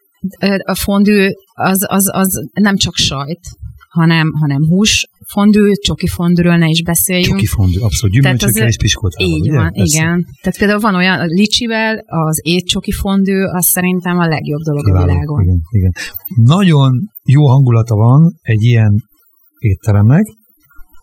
a fondű az, az, az nem csak sajt, hanem, hanem hús fondű, csoki fondűről ne is beszéljünk. Csoki fondű, abszolút, gyümölcsökkel és piskótával. Így ugye? van, Persze. igen. Tehát például van olyan, a licsivel az étcsoki fondű, az szerintem a legjobb dolog Kiváló, a világon. Igen, igen. Nagyon jó hangulata van egy ilyen étteremnek,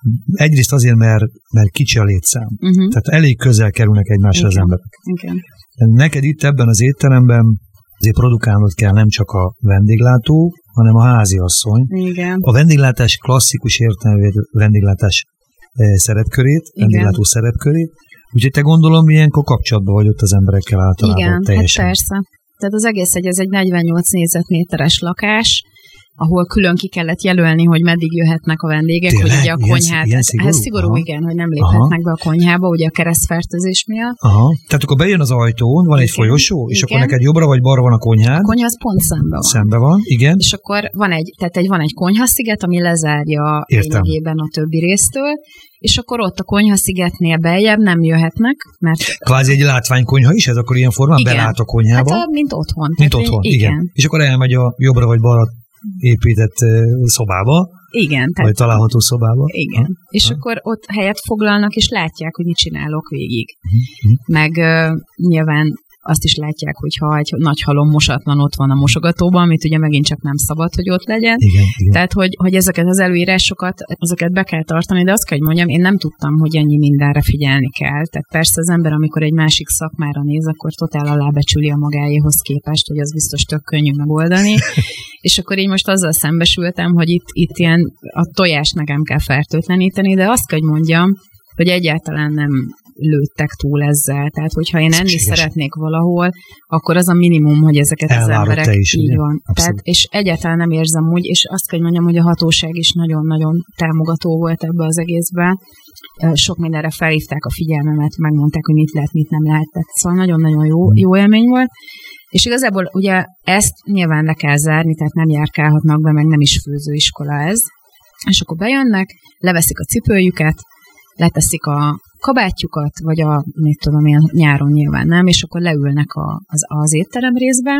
egyrészt azért, mert, mert kicsi a létszám. Uh-huh. Tehát elég közel kerülnek egymásra az emberek. Igen. Neked itt ebben az étteremben azért produkálnod kell nem csak a vendéglátó, hanem a háziasszony. Igen. A vendéglátás klasszikus értelmű vendéglátás szerepkörét, vendéglátó szerepkörét. Úgyhogy te gondolom, ilyenkor kapcsolatban vagy ott az emberekkel általában. Igen, teljesen. Hát persze. Tehát az egész egy, ez egy negyvennyolc négyzetméteres lakás, ahol külön ki kellett jelölni, hogy meddig jöhetnek a vendégek, Tényleg? hogy ugye a Ilyen, konyhát, ilyen szigorú? ez szigorú, Aha. igen, hogy nem léphetnek Aha. be a konyhába, ugye a keresztfertőzés miatt. Aha. Tehát akkor bejön az ajtón, van egy igen. folyosó, és igen. akkor neked jobbra vagy balra van a konyhád. A konyha az pont szembe van. Szembe van, igen. És akkor van egy, tehát egy, van egy konyhasziget, ami lezárja lényegében a többi résztől, és akkor ott a konyhaszigetnél beljebb nem jöhetnek, mert... Kvázi egy látványkonyha is, ez akkor ilyen formán igen. belát a konyhába? Hát mint otthon. Mint otthon, igen. igen. És akkor elmegy a jobbra vagy balra épített uh, szobába, igen, vagy található szobába. Igen. Ha? És ha? Akkor ott helyet foglalnak, és látják, hogy mit csinálok végig. Uh-huh. Meg uh, nyilván azt is látják, hogyha egy nagy halom mosatlan ott van a mosogatóban, amit ugye megint csak nem szabad, hogy ott legyen. Igen, igen. Tehát, hogy, hogy ezeket az előírásokat, azokat be kell tartani, de azt kell, hogy mondjam, én nem tudtam, hogy ennyi mindenre figyelni kell. Tehát persze az ember, amikor egy másik szakmára néz, akkor totál alábecsüli a magáéhoz képest, hogy az biztos tök könnyű megoldani. És akkor így most azzal szembesültem, hogy itt, itt ilyen a tojást nekem kell fertőtleníteni, de azt kell, hogy mondjam, hogy egyáltalán nem lőttek túl ezzel. Tehát, hogyha én enni szeretnék valahol, akkor az a minimum, hogy ezeket elvárod az emberek is, így ugye? van. Tehát, és egyáltalán nem érzem úgy, és azt kell, hogy mondjam, hogy a hatóság is nagyon-nagyon támogató volt ebbe az egészben. Sok mindenre felhívták a figyelmemet, megmondták, hogy mit lehet, mit nem lehet. Tehát, szóval nagyon-nagyon jó, jó élmény volt. És igazából ugye ezt nyilván le kell zárni, tehát nem járkálhatnak be, meg nem is főzőiskola ez. És akkor bejönnek, leveszik a cipőjüket, leteszik a kabátjukat, vagy a, mit tudom én, nyáron nyilván nem, és akkor leülnek a, az, az étterem részbe,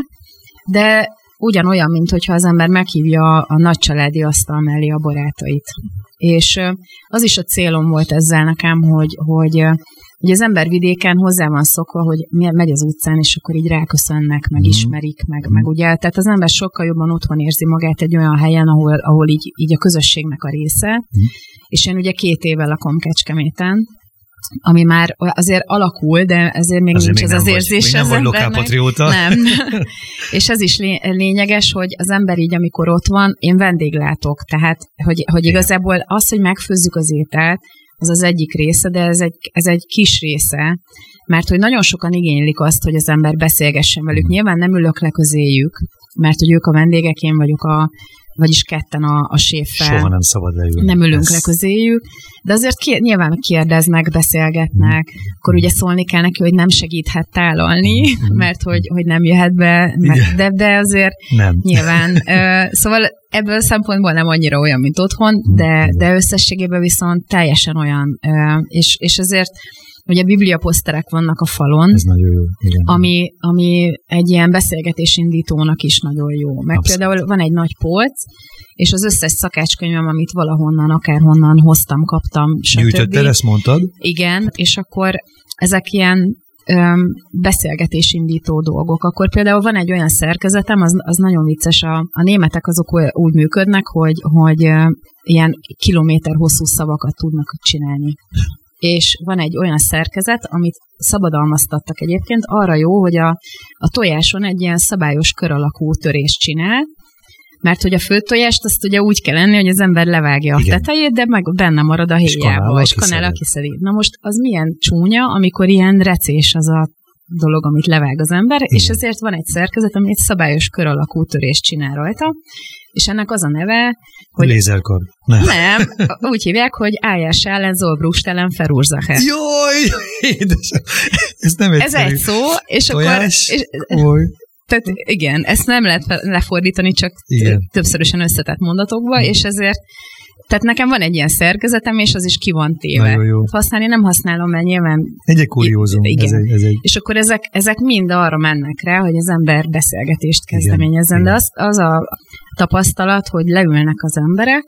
de ugyanolyan, mint hogyha az ember meghívja a nagycsaládi asztal mellé a barátait. És az is a célom volt ezzel nekem, hogy, hogy, hogy az ember vidéken hozzá van szokva, hogy megy az utcán, és akkor így ráköszönnek, meg ismerik, meg, meg ugye, tehát az ember sokkal jobban otthon érzi magát egy olyan helyen, ahol, ahol így, így a közösségnek a része, és én ugye két éve lakom Kecskeméten, ami már azért alakul, de ezért még azért nincs még ez az vagy, érzés még az nem vagy embernek. lokálpatrióta. Nem. És ez is lényeges, hogy az ember így, amikor ott van, én vendéglátok, tehát, hogy, hogy igazából az, hogy megfőzzük az ételt, az az egyik része, de ez egy, ez egy kis része, mert hogy nagyon sokan igénylik azt, hogy az ember beszélgessen velük. Nyilván nem ülök le közéjük, mert hogy ők a vendégek, én vagyok a vagyis ketten a, a séffel. Soha nem szabad leülni. Nem ülünk Ez... le közéjük, de azért ki, nyilván kérdeznek, beszélgetnek, mm. akkor ugye szólni kell neki, hogy nem segíthet tálalni, mm. mert hogy, hogy nem jöhet be, mert, de, de azért nem. nyilván. Uh, szóval ebből a szempontból nem annyira olyan, mint otthon, de, de összességében viszont teljesen olyan, uh, és, és ezért ugye bibliaposzterek vannak a falon, ez nagyon jó. Igen. Ami, ami egy ilyen beszélgetésindítónak is nagyon jó. Meg Abszolút. Például van egy nagy polc, és az összes szakácskönyvem, amit valahonnan, akárhonnan hoztam, kaptam, stb. Gyűjtötted, ezt mondtad? Igen, és akkor ezek ilyen öm, beszélgetésindító dolgok. Akkor például van egy olyan szerkezetem, az, az nagyon vicces, a, a németek azok úgy működnek, hogy, hogy ö, ilyen kilométer hosszú szavakat tudnak csinálni. És van egy olyan szerkezet, amit szabadalmaztattak egyébként, arra jó, hogy a, a tojáson egy ilyen szabályos kör alakú törést csinál, mert hogy a főtojást azt ugye úgy kell enni, hogy az ember levágja a Igen. tetejét, de meg benne marad a héjába, és kanállal kiszedi. Na most az milyen csúnya, amikor ilyen recés az a dolog, amit levág az ember, Igen. és ezért van egy szerkezet, ami egy szabályos kör alakú törést csinál rajta, és ennek az a neve, hogy... Lézerkard. Nem. Nem, úgy hívják, hogy Ájás ellen Zollbrustellen Verursache. Jaj, édesem, ez nem egyszerű. Ez egy szó, és Tojás, akkor... És, tehát igen, ezt nem lehet lefordítani, csak igen. többszörösen összetett mondatokba, és ezért tehát nekem van egy ilyen szerkezetem, és az is ki van téve. Nagyon jó. Használni nem használom, mert nyilván... Egy kuriózum. Ez egy, ez egy... És akkor ezek, ezek mind arra mennek rá, hogy az ember beszélgetést kezdeményezzen. De az, az a tapasztalat, hogy leülnek az emberek,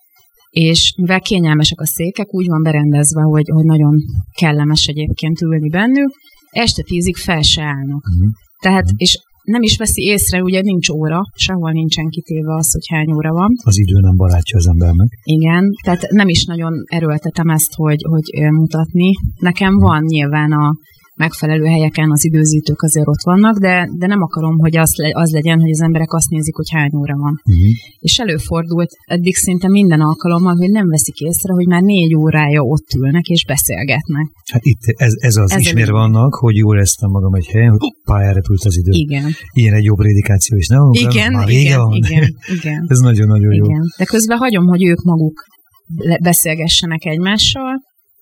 és mivel kényelmesek a székek, úgy van berendezve, hogy, hogy nagyon kellemes egyébként ülni bennük, este tízig fel se állnak. Uh-huh. Tehát, és nem is veszi észre, ugye nincs óra, sehol nincsen kitéve az, hogy hány óra van. Az idő nem barátja az embernek. Igen, tehát nem is nagyon erőltetem ezt, hogy, hogy mutatni. Nekem van nyilván a megfelelő helyeken az időzítők azért ott vannak, de, de nem akarom, hogy az, le, az legyen, hogy az emberek azt nézik, hogy hány óra van. Uh-huh. És előfordult eddig szinte minden alkalommal, hogy nem veszik észre, hogy már négy órája ott ülnek és beszélgetnek. Hát itt ez, ez az ez ismérve vannak, hogy jól éreztem magam egy helyen, hogy hoppá, erre tült az idő. Igen. Ilyen egy jobb prédikáció is, nem? Igen, már igen, van. igen, igen. Ez nagyon-nagyon jó. Igen. De közben hagyom, hogy ők maguk beszélgessenek egymással,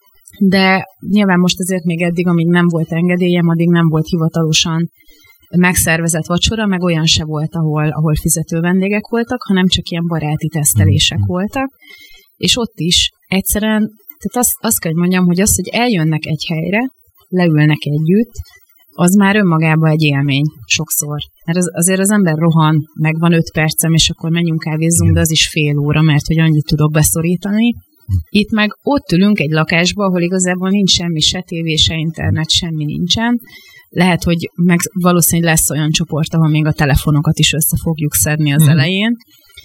de nyilván most azért még eddig, amíg nem volt engedélyem, addig nem volt hivatalosan megszervezett vacsora, meg olyan se volt, ahol, ahol fizető vendégek voltak, hanem csak ilyen baráti tesztelések mm. voltak. És ott is egyszerűen, tehát azt, azt kell, hogy mondjam, hogy az, hogy eljönnek egy helyre, leülnek együtt, az már önmagában egy élmény sokszor. Mert az, azért az ember rohan, meg van öt percem, és akkor menjünk kávézzunk, de az is fél óra, mert hogy annyit tudok beszorítani. Itt meg ott ülünk egy lakásba, ahol igazából nincs semmi, se tévé, se internet, semmi nincsen. Lehet, hogy meg valószínűleg lesz olyan csoport, ahol még a telefonokat is össze fogjuk szedni az mm. elején.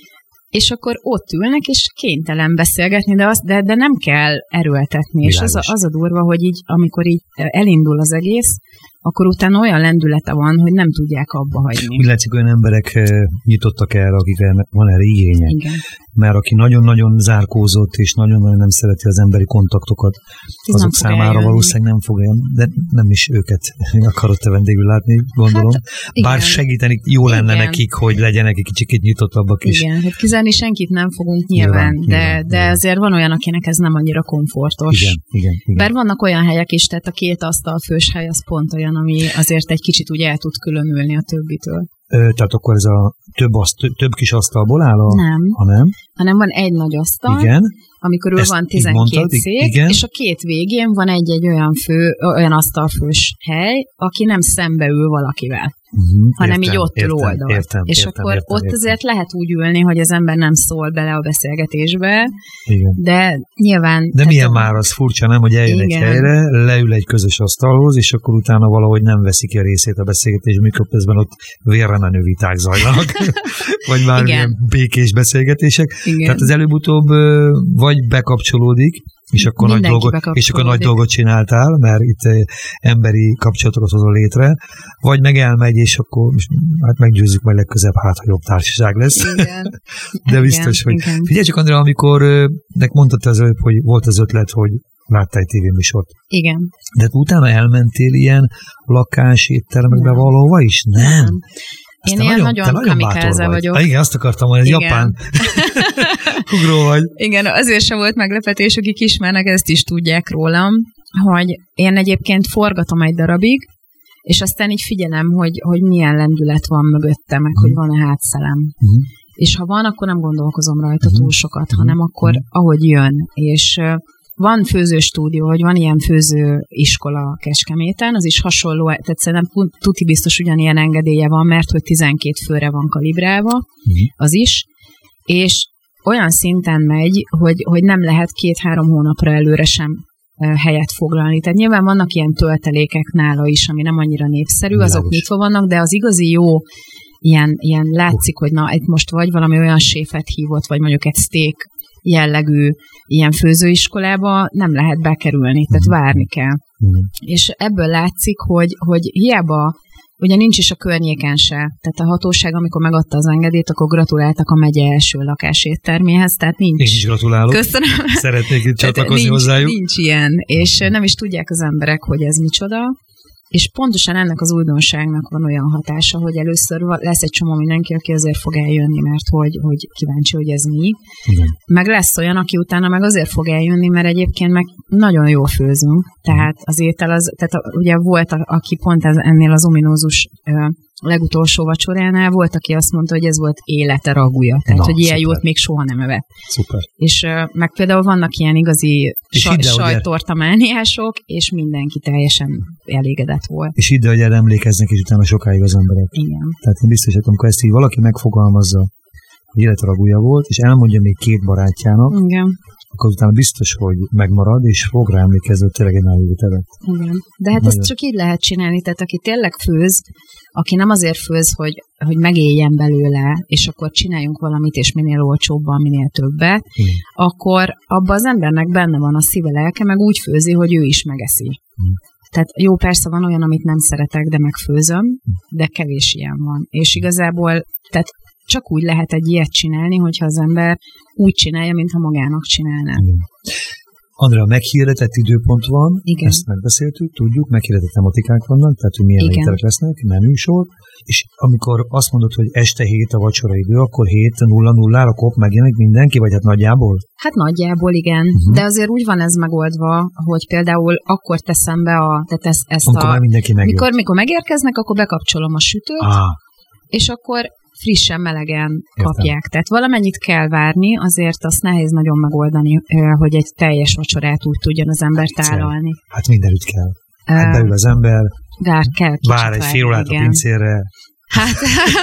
És akkor ott ülnek, és kénytelen beszélgetni, de, az, de, de nem kell erőltetni. Világos. És az a, az a durva, hogy így, amikor így elindul az egész, akkor utána olyan lendülete van, hogy nem tudják abba hagyni. Úgy látszik, olyan emberek nyitottak erre, akiknek van erre igénye. Igen. Mert aki nagyon-nagyon zárkózott, és nagyon-nagyon nem szereti az emberi kontaktokat, ez azok számára eljönni. Valószínűleg nem fog eljönni, de nem is őket akarod te vendégül látni, gondolom. Hát, bár segíteni jó lenne igen. nekik, hogy legyenek egy kicsit nyitottabbak is. Igen, hát kizárni senkit nem fogunk nyilván, nyilván de, nyilván, de nyilván. Azért van olyan, akinek ez nem annyira komfortos. Igen, igen, igen. Bár vannak olyan helyek is, tehát a két asztalfős hely az pont olyan, ami azért egy kicsit úgy el tud különülni a többitől. Ö, tehát akkor ez a több, aszt, több kis asztalból áll? A, nem. Ha nem. Hanem van egy nagy asztal, igen. amikor ő van tizenkét szék, igen. és a két végén van egy-egy olyan, fő, olyan asztalfős hely, aki nem szembe ül valakivel. Uh-huh, hanem értem, így ott ül oldalt. Értem, és értem, akkor értem, ott értem. azért lehet úgy ülni, hogy az ember nem szól bele a beszélgetésbe, igen. de nyilván... De milyen a... már az furcsa, nem, hogy eljön igen. egy helyre, leül egy közös asztalhoz, és akkor utána valahogy nem veszi ki a részét a beszélgetésbe, mikor közben ott vérremenő viták zajlanak, vagy már ilyen békés beszélgetések. Igen. Tehát az előbb-utóbb vagy bekapcsolódik, és akkor, nagy dolgot, és akkor nagy dolgot csináltál, mert itt emberi kapcsolatokat hozol létre, vagy meg elmegy, és akkor hát meggyőzzük majd legközebb, hát, ha jobb társaság lesz. Igen. De biztos, igen, hogy... igen. Figyelj csak, Andrea, amikor nek mondtad az előbb, hogy volt az ötlet, hogy láttál egy tévéműsort. Igen. De utána elmentél ilyen lakáséttermekbe valahova is? Nem. Nem. Én ilyen nagyon, nagyon, nagyon kamikáze vagy. vagyok. Ah, igen, azt akartam mondani, ez japán ugró vagy. Igen, azért sem volt meglepetés, akik ismernek, ezt is tudják rólam, hogy én egyébként forgatom egy darabig, és aztán így figyelem, hogy, hogy milyen lendület van mögötte, meg mm. hogy van-e hátszelem. Mm. És ha van, akkor nem gondolkozom rajta mm. túl sokat, mm. hanem akkor mm. ahogy jön. És van főzőstúdió, hogy van ilyen főzőiskola Kecskeméten, az is hasonló, tehát szerintem tuti biztos ugyanilyen engedélye van, mert hogy tizenkét főre van kalibrálva, uh-huh. az is, és olyan szinten megy, hogy, hogy nem lehet két-három hónapra előre sem helyet foglalni. Tehát nyilván vannak ilyen töltelékek nála is, ami nem annyira népszerű, Világos. Azok nyitva vannak, de az igazi jó, ilyen, ilyen látszik, hogy na, itt most vagy valami olyan séfet hívott, vagy mondjuk egy steak jellegű ilyen főzőiskolába nem lehet bekerülni, tehát várni kell. Mm. És ebből látszik, hogy, hogy hiába, ugye nincs is a környéken se, tehát a hatóság, amikor megadta az engedélyt, akkor gratuláltak a megye első lakásétterméhez, tehát nincs. Én is gratulálok. Köszönöm. Szeretnék itt csatlakozni nincs, hozzájuk. Nincs ilyen, és nem is tudják az emberek, hogy ez micsoda. És pontosan ennek az újdonságnak van olyan hatása, hogy először lesz egy csomó mindenki, aki azért fog eljönni, mert hogy, hogy kíváncsi, hogy ez mi. Igen. Meg lesz olyan, aki utána meg azért fog eljönni, mert egyébként meg nagyon jól főzünk. Tehát az étel az, tehát a, ugye volt, a, aki pont ez, ennél az ominózus ö, legutolsó vacsoránál volt, aki azt mondta, hogy ez volt élete ragúja. Tehát, Na, hogy ilyen szuper. Jót még soha nem evett. Szuper. És ö, meg például vannak ilyen igazi sa- sajttortamániások, és mindenki teljesen elégedett volt. És ide, hogy erre emlékeznek, és utána sokáig az emberek. Igen. Tehát én biztos, hogy amikor ezt így valaki megfogalmazza, hogy élete ragúja volt, és elmondja még két barátjának, Igen. akkor utána biztos, hogy megmarad, és fog rá emlékezni, hogy tényleg egy nagyon jó tevet. Igen. De hát Nagyon. ezt csak így lehet csinálni, tehát aki tényleg főz, aki nem azért főz, hogy, hogy megéljen belőle, és akkor csináljunk valamit, és minél olcsóbban, minél többet, Igen. akkor abban az embernek benne van a szíve, lelke, meg úgy főzi, hogy ő is megeszi. Hmm. Tehát jó, persze van olyan, amit nem szeretek, de megfőzöm, de kevés ilyen van. És igazából, tehát csak úgy lehet egy ilyet csinálni, hogyha az ember úgy csinálja, mintha magának csinálná. Igen. Andrea, meghirdetett időpont van, Igen. ezt megbeszéltük, tudjuk, meghirdetett tematikák vannak, tehát hogy milyen Igen. ételek lesznek, menüsor, és amikor azt mondod, hogy este hét a vacsora idő, akkor hét nulla nullára kop megjelenik mindenki, vagy hát nagyjából? Hát nagyjából igen, uh-huh. de azért úgy van ez megoldva, hogy például akkor teszem be a, tehát ezt, ezt amikor a... már mindenki megjött. Mikor, mikor megérkeznek, akkor bekapcsolom a sütőt, Ah, és akkor frissen, melegen Értem. kapják. Tehát valamennyit kell várni, azért azt nehéz nagyon megoldani, hogy egy teljes vacsorát úgy tudjon az ember tálalni. hát mindenütt kell. Hát Uh, beül az ember, Vár, kell kicsit vár egy fél várni, órát a igen. pincérre, Hát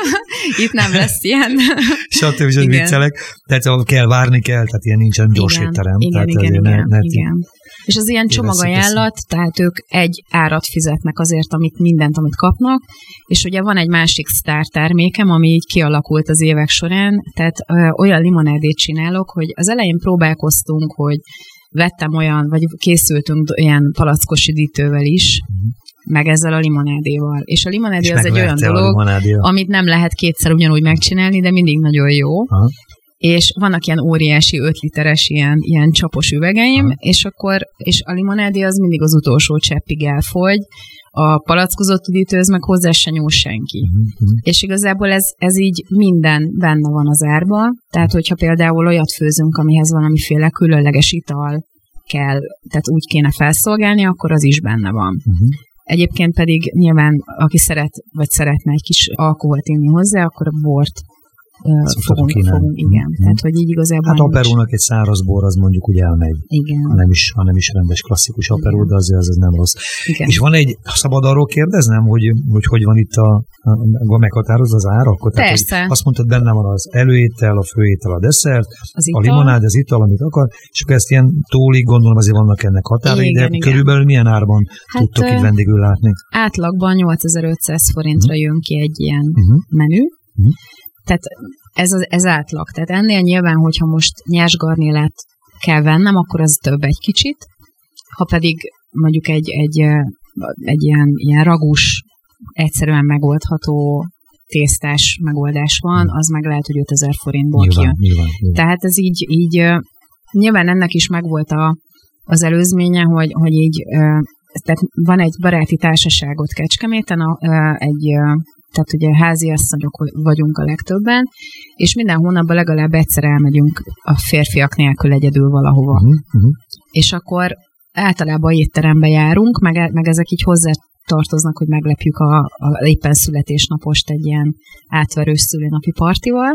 itt nem lesz ilyen. stb. Igen. viccelek. Tehát ahol kell várni kell, tehát ilyen nincsen gyors Igen, étterem. igen, tehát igen, azért igen, ne, ne igen. És az ilyen Érezzük csomagajánlat, tehát ők egy árat fizetnek azért, amit mindent, amit kapnak, és ugye van egy másik sztártermékem, ami így kialakult az évek során, tehát ö, olyan limonádét csinálok, hogy az elején próbálkoztunk, hogy vettem olyan, vagy készültünk ilyen palackos üdítővel is, Mhm. meg ezzel a limonádéval. És a limonádé és az egy olyan megverte a dolog, limonádéval. amit nem lehet kétszer ugyanúgy megcsinálni, de mindig nagyon jó. Aha. És vannak ilyen óriási öt literes ilyen, ilyen csapos üvegeim, Aha. és akkor, és a limonádé az mindig az utolsó cseppig elfogy, a palackozott üdítőhöz meg hozzá se nyúl senki. Uh-huh, uh-huh. És igazából ez, ez így minden benne van az árba, tehát hogyha például olyat főzünk, amihez valamiféle különleges ital kell, tehát úgy kéne felszolgálni, akkor az is benne van. Uh-huh. Egyébként pedig nyilván, aki szeret, vagy szeretne egy kis alkoholt inni hozzá, akkor a bort uh, fogunk, fogunk, igen. Mm-hmm. Tehát, hogy így igazából... Hát aperónak egy száraz bor, az mondjuk úgy elmegy. Igen. Ha nem is, ha nem is rendes klasszikus aperó, de azért az, az nem rossz. Igen. És van egy, szabad arról kérdeznem, hogy hogy, hogy van itt a, a meghatározva az ár? Akkor, tehát, Persze. azt mondtad, benne van az előétel, a főétel, a desszert, Az a ital. limonád, az ital, amit akar, és akkor ezt ilyen tólig, gondolom azért vannak ennek határai, Igen, de igen. körülbelül milyen árban Hát, tudtok így ö, vendégül látni? Átlagban nyolcezer-ötszáz forintra jön ki egy ilyen Uh-huh. menü. Mhm. Tehát ez, az, ez átlag. Tehát ennél nyilván, hogyha most nyers garnélát kell vennem, akkor az több egy kicsit. Ha pedig mondjuk egy, egy, egy ilyen, ilyen ragus, egyszerűen megoldható tésztás megoldás van, az meg lehet, hogy ötezer forintból Nyilván, kijön. nyilván, nyilván. Tehát ez így, így ö, nyilván ennek is megvolt a, az előzménye, hogy, hogy így, ö, tehát van egy baráti társaságot Kecskeméten, a, ö, egy, ö, tehát ugye háziasszonyok vagyunk a legtöbben, és minden hónapban legalább egyszer elmegyünk a férfiak nélkül egyedül valahova. Uh-huh, uh-huh. És akkor általában étterembe járunk, meg, meg ezek így hozzá tartoznak, hogy meglepjük a, a éppen születésnapost egy ilyen átverős szülőnapi partival.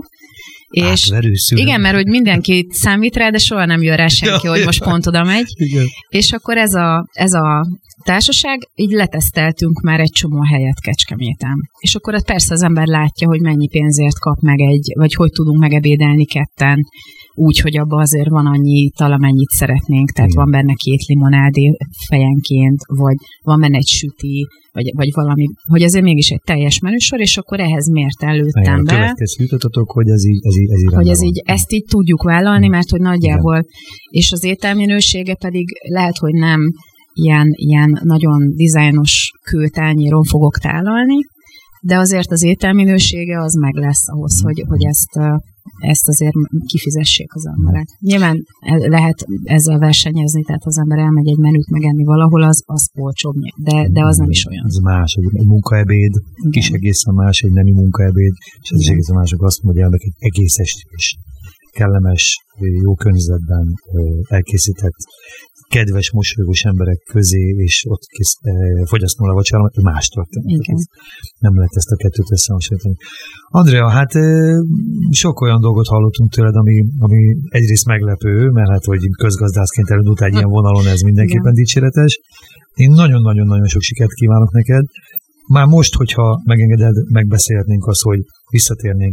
És Átverő szülő. igen, mert hogy mindenki számít rá, de soha nem jön rá senki, hogy most pont oda megy. Igen. És akkor ez a, ez a társaság, így leteszteltünk már egy csomó helyet Kecskeméten. És akkor az persze az ember látja, hogy mennyi pénzért kap meg egy, vagy hogy tudunk megebédelni ketten, úgy, hogy abban azért van annyi ital, amennyit szeretnénk, tehát Igen. van benne két limonádé fejenként, vagy van benne egy süti, vagy, vagy valami, hogy azért mégis egy teljes menüsor, és akkor ehhez miért előttem be. Következő jutottatok, hogy ez így, ez így, ez így Hogy ez van. így, ezt így tudjuk vállalni, mert hogy nagyjából, igen. És az ételminősége pedig lehet, hogy nem ilyen, ilyen nagyon dizájnos kőtányéron fogok tálalni, de azért az ételminősége az meg lesz ahhoz, hogy, hogy ezt, ezt azért kifizessék az emberek. Nyilván lehet ezzel versenyezni, tehát az ember elmegy egy menüt megenni valahol, az, az olcsóbb, de, de az nem is olyan. Ez más, egy munkaebéd, Igen. kis egészen más, egy nemi munkaebéd, és ez is egészen mások azt mondja, hogy egy egész estés, kellemes, jó környezetben elkészített, kedves, mosolygós emberek közé, és ott kész, eh, fogyasztom a vacsorámat, más történet. Nem lehet ezt a kettőt összehasonlítani. Andrea, hát eh, sok olyan dolgot hallottunk tőled, ami, ami egyrészt meglepő, mert hát, hogy közgazdászként elindult egy ilyen vonalon, ez mindenképpen dicséretes. Én nagyon-nagyon-nagyon sok sikert kívánok neked. Már most, hogyha megengeded, megbeszélhetnénk azt, hogy visszatérnénk egy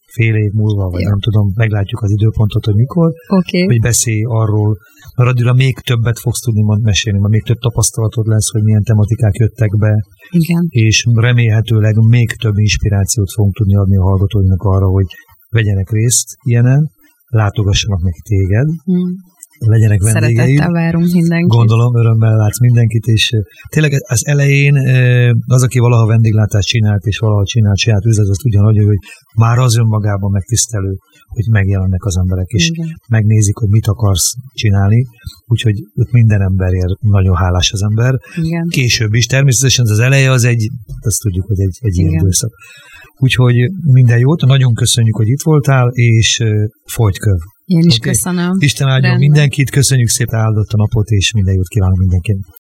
fél év múlva, vagy Jó. nem tudom, meglátjuk az időpontot, hogy mikor, okay. hogy beszélj arról, mert addigra még többet fogsz tudni mesélni, mert még több tapasztalatod lesz, hogy milyen tematikák jöttek be, Igen. és remélhetőleg még több inspirációt fogunk tudni adni a hallgatóinak arra, hogy vegyenek részt ilyenen, látogassanak meg téged, hmm. legyenek vendégeid. Szeretettel várunk mindenkit. Gondolom, örömmel látsz mindenkit, és tényleg az elején az, aki valaha vendéglátást csinált, és valaha csinált saját üzletet, azt ugyanúgy, hogy már az önmagában megtisztelő, hogy megjelennek az emberek, és igen. megnézik, hogy mit akarsz csinálni, úgyhogy ott minden emberért nagyon hálás az ember. Igen. Később is, természetesen az eleje az egy, azt tudjuk, hogy egy, egy ilyen időszak. Úgyhogy minden jót, nagyon köszönjük, hogy itt voltál, és folyt köv. Én is okay. köszönöm. Isten áldjon mindenkit, köszönjük szépen, áldott a napot, és minden jót kívánok mindenkinek.